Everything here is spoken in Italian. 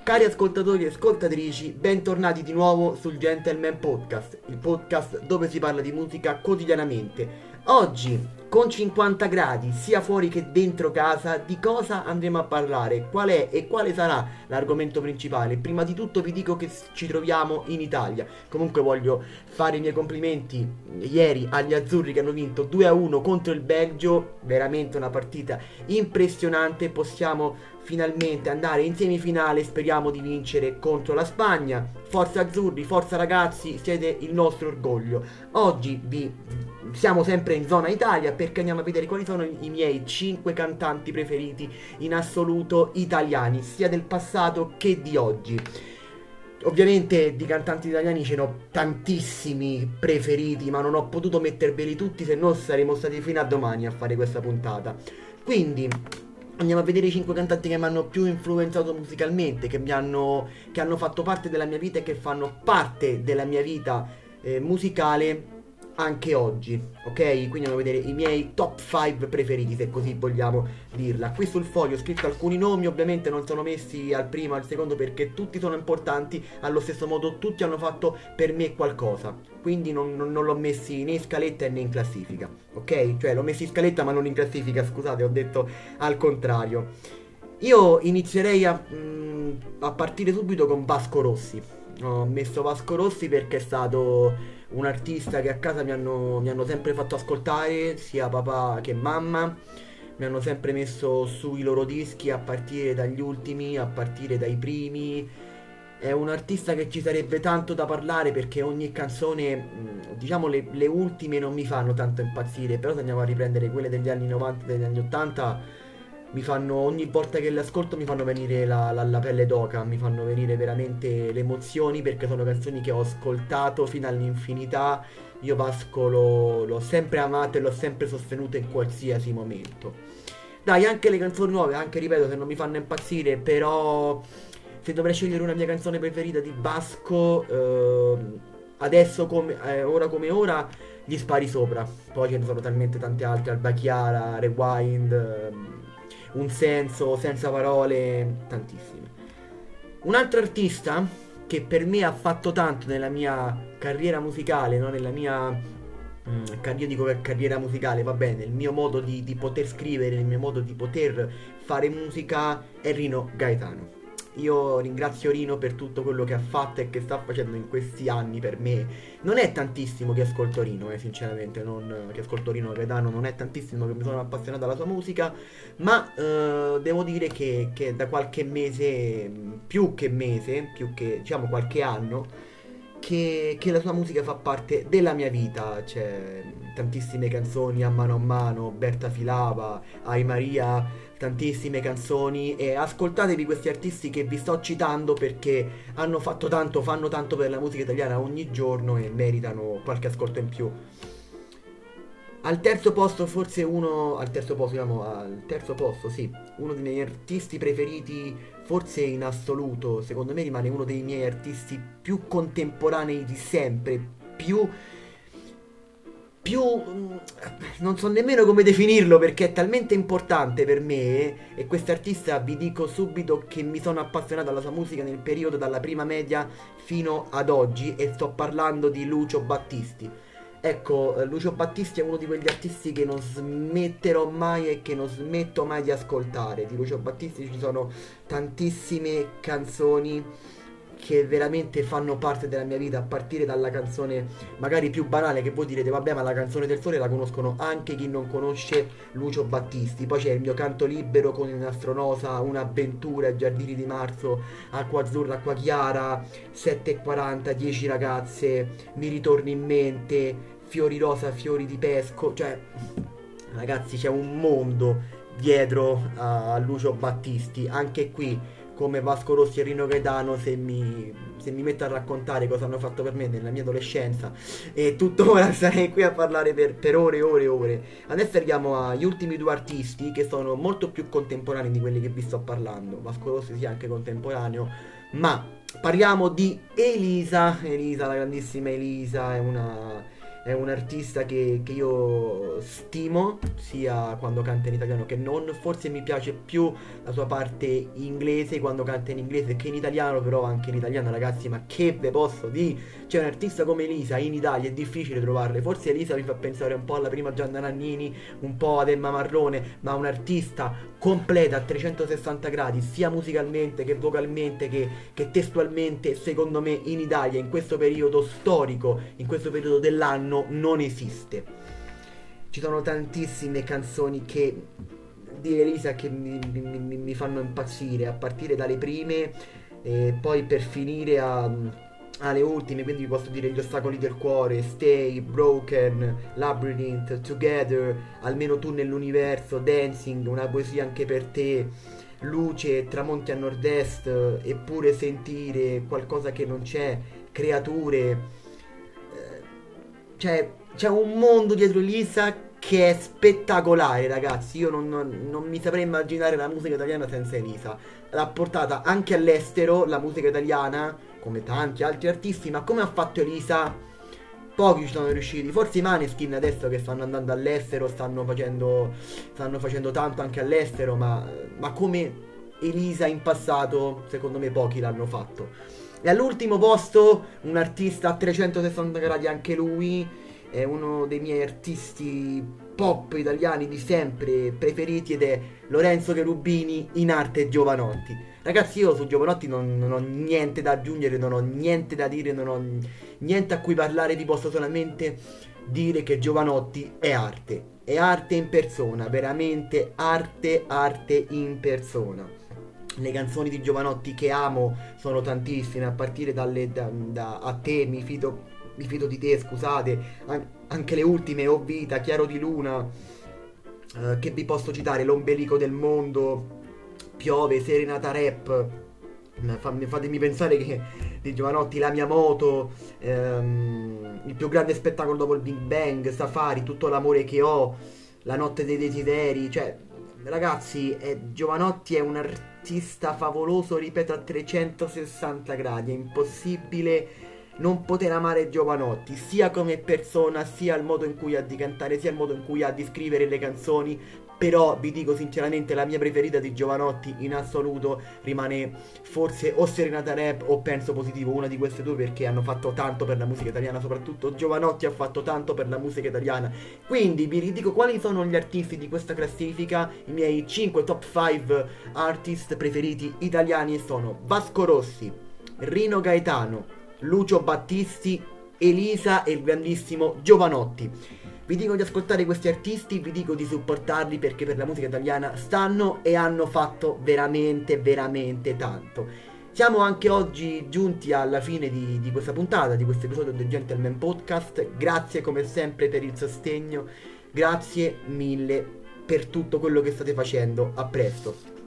Cari ascoltatori e ascoltatrici, bentornati di nuovo sul Gentleman Podcast, il podcast dove si parla di musica quotidianamente. Oggi, con 50 gradi, sia fuori che dentro casa, di cosa andremo a parlare? Qual è e quale sarà l'argomento principale? Prima di tutto vi dico che ci troviamo in Italia. Comunque voglio fare i miei complimenti ieri agli azzurri che hanno vinto 2-1 contro il Belgio, veramente una partita impressionante. Possiamo finalmente andare in semifinale, speriamo di vincere contro la Spagna. Forza azzurri, forza ragazzi, siete il nostro orgoglio. Oggi siamo sempre in zona Italia perché andiamo a vedere quali sono i miei 5 cantanti preferiti in assoluto italiani, sia del passato che di oggi. Ovviamente di cantanti italiani ce ne ho tantissimi preferiti, ma non ho potuto metterveli tutti, se no saremmo stati fino a domani a fare questa puntata. Quindi andiamo a vedere i 5 cantanti che mi hanno più influenzato musicalmente, che hanno fatto parte della mia vita e che fanno parte della mia vita musicale anche oggi, ok? Quindi andiamo a vedere i miei top 5 preferiti, se così vogliamo dirla. Qui sul foglio ho scritto alcuni nomi, ovviamente non sono messi al primo, al secondo, perché tutti sono importanti, allo stesso modo tutti hanno fatto per me qualcosa. Quindi non l'ho messi né in scaletta né in classifica, ok? Cioè l'ho messi in scaletta ma non in classifica, scusate, ho detto al contrario. Io inizierei a partire subito con Vasco Rossi. Ho messo Vasco Rossi perché è stato un artista che a casa mi hanno sempre fatto ascoltare, sia papà che mamma. Mi hanno sempre messo sui loro dischi a partire dagli ultimi, a partire dai primi. È un artista che ci sarebbe tanto da parlare perché ogni canzone, diciamo le ultime non mi fanno tanto impazzire, però se andiamo a riprendere quelle degli anni 90 e degli anni 80 mi fanno, ogni volta che le ascolto mi fanno venire la pelle d'oca, mi fanno venire veramente le emozioni perché sono canzoni che ho ascoltato fino all'infinità. Io Vasco l'ho sempre amato e l'ho sempre sostenuto in qualsiasi momento. Dai, anche le canzoni nuove, anche ripeto, se non mi fanno impazzire, però se dovrei scegliere una mia canzone preferita di Vasco, adesso ora come ora, gli spari sopra. Poi ce ne sono talmente tante altre, Alba Chiara, Rewind, Un senso, Senza parole, tantissime. Un altro artista che per me ha fatto tanto nella mia carriera musicale, no? Nella mia io dico carriera musicale, va bene, il mio modo di poter scrivere, il mio modo di poter fare musica è Rino Gaetano. Io ringrazio Rino per tutto quello che ha fatto e che sta facendo in questi anni per me. Non è tantissimo che ascolto Rino, sinceramente, che ascolto Rino Gaetano, non è tantissimo che mi sono appassionato alla sua musica, ma devo dire che da qualche mese, più che diciamo qualche anno, che la sua musica fa parte della mia vita. C'è tantissime canzoni a mano, Berta Filava, Ai Maria, tantissime canzoni, e ascoltatevi questi artisti che vi sto citando perché hanno fatto tanto, fanno tanto per la musica italiana ogni giorno e meritano qualche ascolto in più. Al terzo posto, sì, uno dei miei artisti preferiti, forse in assoluto, secondo me rimane uno dei miei artisti più contemporanei di sempre, non so nemmeno come definirlo perché è talmente importante per me, e quest'artista vi dico subito che mi sono appassionato alla sua musica nel periodo dalla prima media fino ad oggi, e sto parlando di Lucio Battisti. Ecco, Lucio Battisti è uno di quegli artisti che non smetterò mai e che non smetto mai di ascoltare. Di Lucio Battisti ci sono tantissime canzoni che veramente fanno parte della mia vita, a partire dalla canzone magari più banale, che voi direte vabbè, ma la canzone del sole la conoscono anche chi non conosce Lucio Battisti. Poi c'è Il mio canto libero con il Nastronosa, Un'avventura, Giardini di marzo, Acqua azzurra, acqua chiara, 7:40, 10 ragazze, Mi ritorni in mente, Fiori rosa, fiori di pesco. Cioè, ragazzi, c'è un mondo dietro a Lucio Battisti. Anche qui, come Vasco Rossi e Rino Gaetano, se mi metto a raccontare cosa hanno fatto per me nella mia adolescenza e tuttora sarei qui a parlare per ore e ore e ore. Adesso arriviamo agli ultimi due artisti che sono molto più contemporanei di quelli che vi sto parlando. Vasco Rossi sia anche contemporaneo, ma parliamo di Elisa. La grandissima Elisa è è un artista che io stimo sia quando canta in italiano che non. Forse mi piace più la sua parte inglese quando canta in inglese che in italiano, però anche in italiano, ragazzi, ma che ve posso dire? C'è un artista come Elisa in Italia, è difficile trovarle. Forse Elisa mi fa pensare un po' alla prima Gianna Nannini, un po' ad Emma Marrone, ma un artista completa a 360 gradi, sia musicalmente che vocalmente che testualmente, secondo me in Italia, in questo periodo storico, in questo periodo dell'anno, non esiste. Ci sono tantissime canzoni di Elisa che mi fanno impazzire, a partire dalle prime e poi per finire alle ultime, quindi vi posso dire Gli ostacoli del cuore, Stay, Broken, Labyrinth, Together, Almeno tu nell'universo, Dancing, Una poesia anche per te, Luce, Tramonti a nord-est, Eppure sentire, Qualcosa che non c'è, Creature. C'è un mondo dietro Elisa che è spettacolare, ragazzi. Io non mi saprei immaginare la musica italiana senza Elisa. L'ha portata anche all'estero, la musica italiana, come tanti altri artisti, ma come ha fatto Elisa, pochi ci sono riusciti. Forse i Maneskin adesso che stanno andando all'estero stanno facendo tanto anche all'estero, ma come Elisa in passato, secondo me pochi l'hanno fatto. E all'ultimo posto un artista a 360 gradi anche lui, è uno dei miei artisti pop italiani di sempre preferiti ed è Lorenzo Cherubini, in arte Giovanotti. Ragazzi, io su Giovanotti non ho niente da aggiungere, non ho niente da dire, non ho niente a cui parlare, vi posso solamente dire che Giovanotti è arte in persona, veramente arte in persona. Le canzoni di Giovanotti che amo sono tantissime, a partire da A te, mi fido di te, scusate, anche le ultime, O vita, Chiaro di luna, che vi posso citare, L'ombelico del mondo, Piove, Serenata rap, fatemi pensare che di Giovanotti La mia moto, Il più grande spettacolo dopo il Big Bang, Safari, Tutto l'amore che ho, La notte dei desideri, cioè ragazzi, Giovanotti è un artista favoloso, ripeto, a 360 gradi, è impossibile non poter amare Giovanotti, sia come persona, sia il modo in cui ha di cantare, sia il modo in cui ha di scrivere le canzoni. Però vi dico sinceramente, la mia preferita di Giovanotti in assoluto rimane forse o Serenata Rap o Penso Positivo, una di queste due, perché hanno fatto tanto per la musica italiana, soprattutto Giovanotti ha fatto tanto per la musica italiana. Quindi vi ridico quali sono gli artisti di questa classifica, i miei 5 top 5 artist preferiti italiani sono Vasco Rossi, Rino Gaetano, Lucio Battisti, Elisa e il grandissimo Giovanotti. Vi dico di ascoltare questi artisti, vi dico di supportarli perché per la musica italiana stanno e hanno fatto veramente tanto. Siamo anche oggi giunti alla fine di questa puntata, di questo episodio del Gentleman Podcast. Grazie come sempre per il sostegno, grazie mille per tutto quello che state facendo. A presto.